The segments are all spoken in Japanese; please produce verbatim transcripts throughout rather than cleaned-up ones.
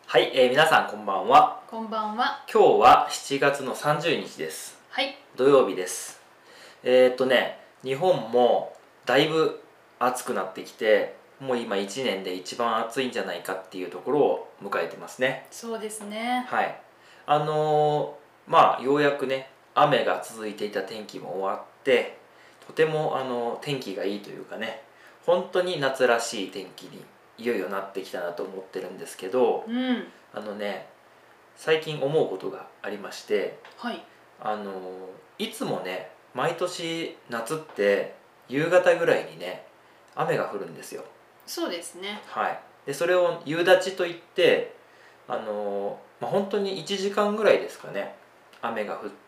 はい、えー、皆さんこんばんは。 こんばんは。 今日はしちがつのさんじゅうにちです。 はい。 土曜日です。えー、っとね、日本もだいぶ暑くなってきて、もう今いちねんで一番暑いんじゃないかっていうところを迎えてますね。 そうですね。 はい。あのー、まあようやくね、雨が続いていた天気も終わって、とてもあの天気がいいというかね、本当に夏らしい天気にいよいよなってきたなと思ってるんですけど、 うん。 あのね、最近思うことがありまして、 はい。 あのいつもね、毎年夏って夕方ぐらいにね、雨が降るんですよ。 そうですね。 はい。でそれを夕立といって、あのまあ、本当にいちじかんぐらいですかね、雨が降って、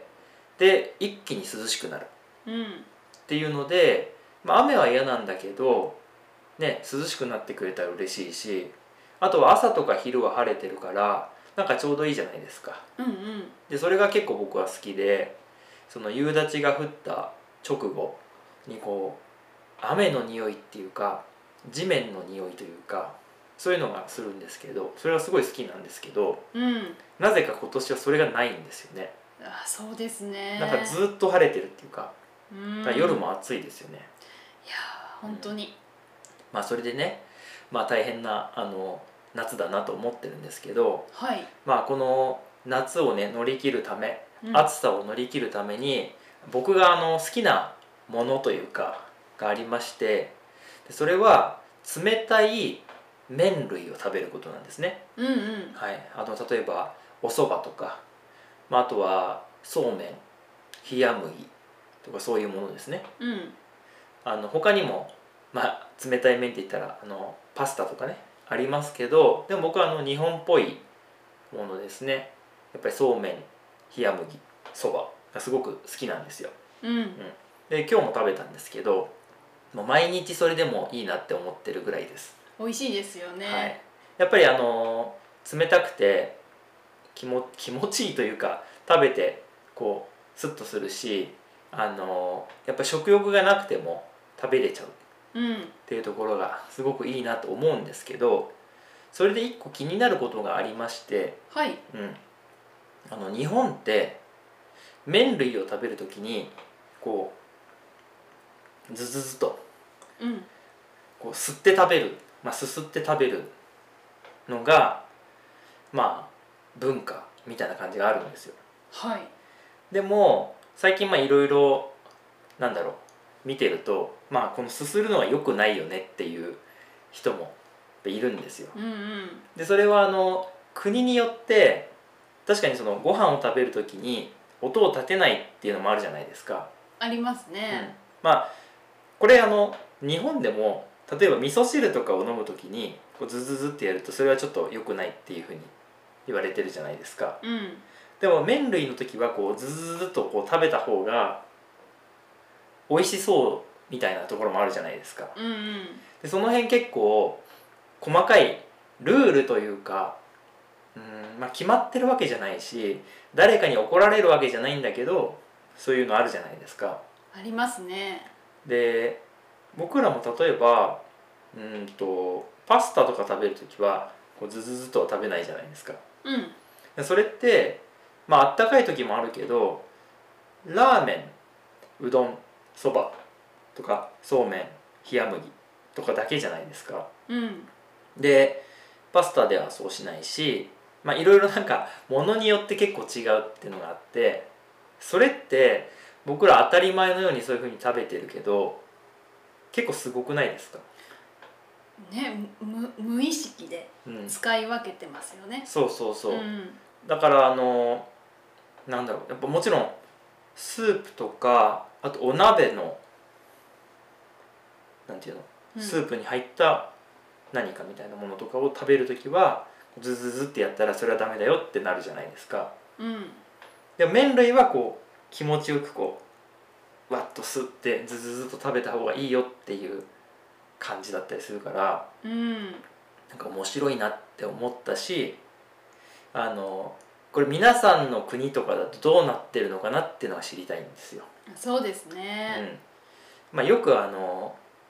で一気に涼しくなるうん。 っていうので、まあ、雨は嫌なんだけどね、涼しくなってくれたら嬉しいし、あとは朝とか昼は晴れてるからなんかちょうどいいじゃないですか。 うんうん。 でそれが結構僕は好きで、その夕立が降った直後にこう雨の匂いっていうか地面の匂いというか、そういうのがするんですけど、それはすごい好きなんですけど、 うん。 なぜか今年はそれがないんですよね。 あ、そうですね。 なんかずっと晴れてるっていうか、 うん。 だから夜も暑いですよね。 いやー、本当に。 うん、まあそれでね、まあ大変なあの夏だなと思ってるんですけど、 はい。 まあこの夏をね乗り切るため、 うん、 暑さを乗り切るために僕があの好きなものというかがありまして、でそれは冷たい麺類を食べることなんですね。 うんうん。 はい、あの例えばお蕎麦とか、まあ、あとはそうめん、冷麦とかそういうものですね。 うん。 あの他にも、まあ、冷たい麺って言ったらあのパスタとかねありますけど、でも僕はあの日本っぽいものですね。やっぱりそうめん、冷麦、そばがすごく好きなんですよ。 うん。 うん、で今日も食べたんですけど、もう毎日それでもいいなって思ってるぐらいです。 美味しいですよね。 はい、やっぱりあの冷たくて気も気持ちいいというか、食べてこうスッとするし、あのやっぱり食欲がなくても食べれちゃううん。 っていうところがすごくいいなと思うんですけど、それで一個気になることがありまして、 はい。 うん、あの日本って麺類を食べるときにこうズズズとうん。 こう吸って食べる、まあ、すすって食べるのがまあ文化みたいな感じがあるんですよ。 はい。 でも最近まあいろいろなんだろう見てると、まあこのすするのは良くないよねっていう人もいるんですよ。 うんうん。で、 でそれはあの国によって確かにそのご飯を食べる時に音を立てないっていうのもあるじゃないですか。 ありますうん、 ね。 まあこれあの日本でも例えば味噌汁とかを飲む時にこうズズズってやるとそれはちょっと良くないっていうふうに言われてるじゃないですか。 うん。 でも麺類の時はこうズズズとこう食べた方が美味しそうみたいなところもあるじゃないですか。 うんうん。 でその辺結構細かいルールというか、うん、まあ、決まってるわけじゃないし誰かに怒られるわけじゃないんだけど、そういうのあるじゃないですか。 ありますね。 で僕らも例えばうんとパスタとか食べるときはこうズズズとは食べないじゃないですか。 うん。 でそれってまああったかい時もあるけど、ラーメン、うどん、そばとかそうめん、冷麦とかだけじゃないですか。 うん。 でパスタではそうしないし、まあいろいろなんかものによって結構違うっていうのがあって、それって僕ら当たり前のようにそういう風に食べてるけど結構すごくないですか。 ね、無無意識でうん、 使い分けてますよね。 そうそうそう、 うん。 だからあのなんだろう、やっぱもちろんスープとかあとお鍋のなんていうの、 うん。 スープに入った何かみたいなものとかを食べるときはズズズってやったらそれはダメだよってなるじゃないですか。 うん。 でも麺類はこう気持ちよくこうワッと吸ってズズズと食べた方がいいよっていう感じだったりするから、 うん。 なんか面白いなって思ったし、あのこれ皆さんの国とかだとどうなってるのかなっていうのが知りたいんですよ。 そうですね。 うん、まあ、よくあの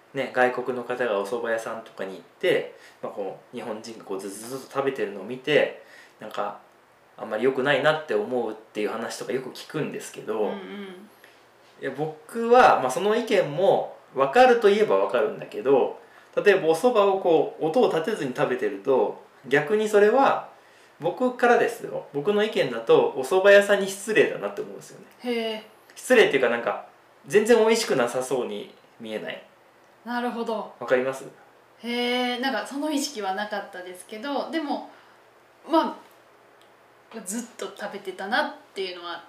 ね、外国の方がお蕎麦屋さんとかに行って、まあ、こう日本人がこうずっとずっと食べてるのを見てなんかあんまり良くないなって思うっていう話とかよく聞くんですけど、 うんうん、 いや僕は、まあ、その意見も分かるといえば分かるんだけど、例えばお蕎麦をこう音を立てずに食べてると逆にそれは僕からですよ、僕の意見だとお蕎麦屋さんに失礼だなって思うんですよね。 へえ、 失礼っていうかなんか全然美味しくなさそうに見えない？ なるほど。 わかります？ へえ、なんかその意識はなかったですけど、でもまあずっと食べてたなっていうのはあって、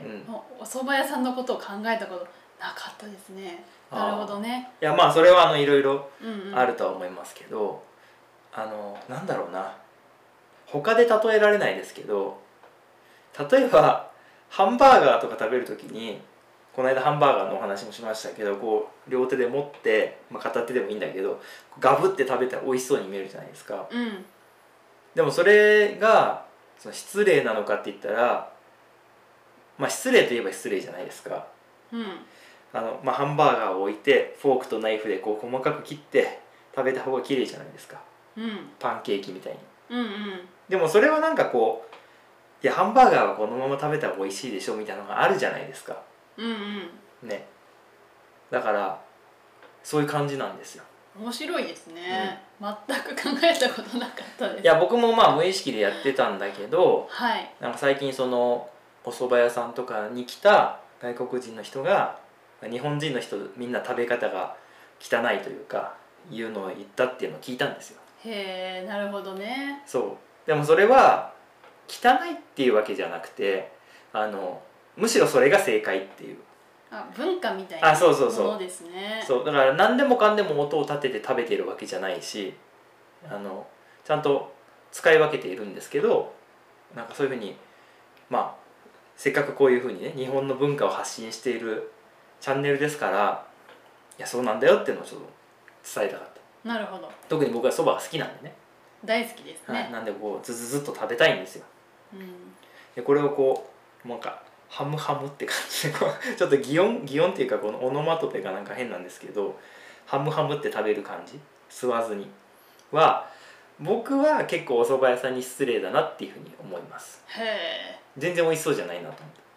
うん、 お蕎麦屋さんのことを考えたことなかったですね。なるほどね。 いやまあそれはあのいろいろうんうん、 あるとは思いますけど、あのなんだろうな、他で例えられないですけど、例えばハンバーガーとか食べるときに、この間ハンバーガーのお話もしましたけど、こう両手で持って、まあ、片手でもいいんだけどガブって食べたら美味しそうに見えるじゃないですか。 うん、 でもそれがその失礼なのかって言ったら、まあ失礼といえば失礼じゃないですか。 うん、 あの、まあ、ハンバーガーを置いてフォークとナイフでこう細かく切って食べた方が綺麗じゃないですか、 うん、 パンケーキみたいに。 うんうん、 でもそれはなんかこう、いやハンバーガーはこのまま食べた方が美味しいでしょみたいなのがあるじゃないですかうんうん、 ね。だからそういう感じなんですよ。 面白いですね、うん、全く考えたことなかったです。 いや僕もまあ無意識でやってたんだけど、 はい、 なんか最近そのお蕎麦屋さんとかに来た外国人の人が日本人の人みんな食べ方が汚いというかいうのを言ったっていうのを聞いたんですよ。 へえ、なるほどね。 そうでもそれは汚いっていうわけじゃなくて、あのむしろそれが正解っていう、 あ、文化みたいなものですね。 そうだから何でもかんでも音を立てて食べてるわけじゃないし、あのちゃんと使い分けているんですけど、なんかそういうふうにまあせっかくこういうふうにね日本の文化を発信しているチャンネルですから、いやそうなんだよっていうのをちょっと伝えたかった。 なるほど。 特に僕はそばが好きなんでね。 大好きですね、 はい、なんでこうずずずっと食べたいんですよ。 うん、 でこれをこうなんかハムハムって感じでこうちょっと擬音擬音っていうかこのオノマトペがなんか変なんですけど、ハムハムって食べる感じ吸わずには僕は結構お蕎麦屋さんに失礼だなっていうふうに思います。 へえ、 全然美味しそうじゃないなと思って。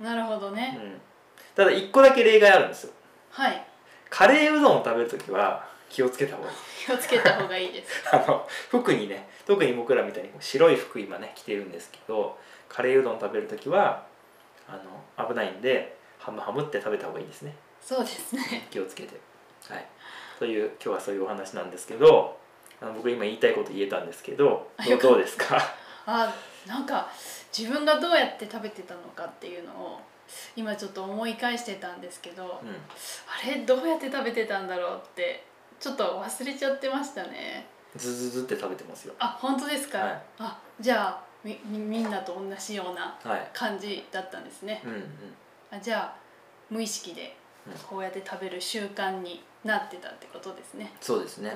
なるほどね、 うん、ただ一個だけ例外あるんですよ。 はい、 カレーうどんを食べるときは気をつけた方がいい。 気をつけた方がいいですあの服にね、特に僕らみたいに白い服今ね着てるんですけど、カレーうどん食べるときはあの危ないんでハムハムって食べた方がいいですね。 そうですね、 気をつけて。はい、という今日はそういうお話なんですけど、あの僕今言いたいこと言えたんですけど、どうどうですか？ あ、なんか自分がどうやって食べてたのかっていうのを今ちょっと思い返してたんですけど、 うん、 あれどうやって食べてたんだろうってちょっと忘れちゃってましたね。 ズズズって食べてますよ。 あ、本当ですか？ はい、 あ、じゃあ み, みんなと同じようなはい感じだったんですね、 うんうん、 あ、じゃあ無意識でこうやって食べる習慣になってたってことですね。 そうですね。 うん、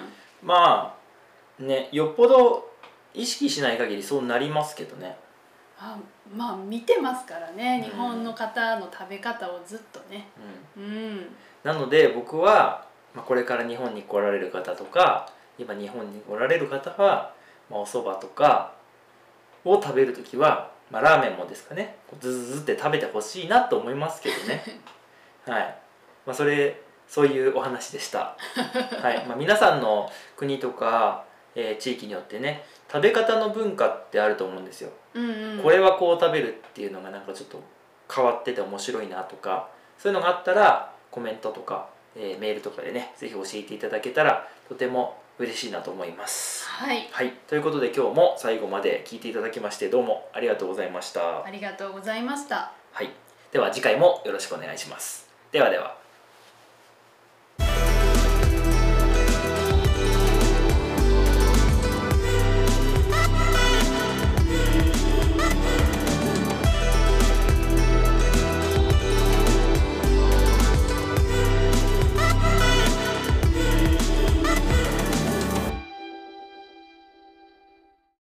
まあね、よっぽど意識しない限りそうなりますけどね。 あ、まあ見てますからね、 うん、 日本の方の食べ方をずっとね、 うんうん、 なので僕は、まあ、これから日本に来られる方とか今日本に来られる方は、まあ、お蕎麦とかを食べるときは、まあ、ラーメンもですかね、ズズズって食べてほしいなと思いますけどねはい、まあ、それそういうお話でした、はいまあ、皆さんの国とか、えー、地域によってね食べ方の文化ってあると思うんですよ、 うんうん、 これはこう食べるっていうのがなんかちょっと変わってて面白いなとか、そういうのがあったらコメントとか、えー、メールとかでねぜひ教えていただけたらとても嬉しいなと思います。 はい、 はい、ということで今日も最後まで聞いていただきましてどうもありがとうございました。 ありがとうございました。 はい、では次回もよろしくお願いします。ではでは。